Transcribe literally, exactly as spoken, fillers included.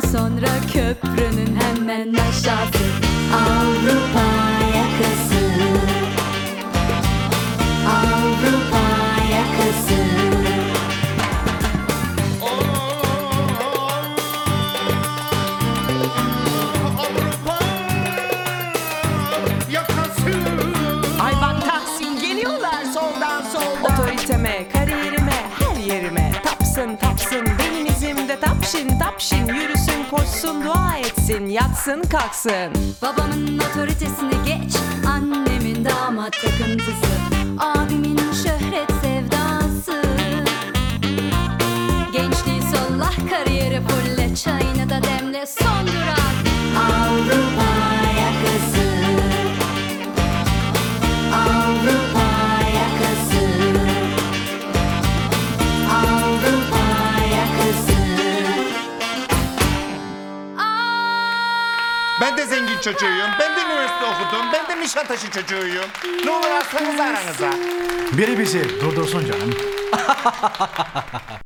sonra köprünün hemen aşağısı. Avrupa yakası, Avrupa yakası. Ay bak Tahsin geliyorlar soldan soldan. Otoriteme, kariyerime, her yerime tapsın tapsın benim izimde tapşin tapşin yürüsün koşsun dua etsin yatsın kalksın. Babamın otoritesini geç, annemin damat takıntısı, abimin şöhret sevdası. Gençliği sollah, kariyeri fulle, çayını da demle, son durak Avrupa yakası, Avrupa yakası, Avrupa yakası. Ben de zengin çocuğuyum. Ben de üniversite okudum. Ben de Nişantaşı çocuğuyum. Ne olur alsanız aranıza. Biri bizi durdursun canım.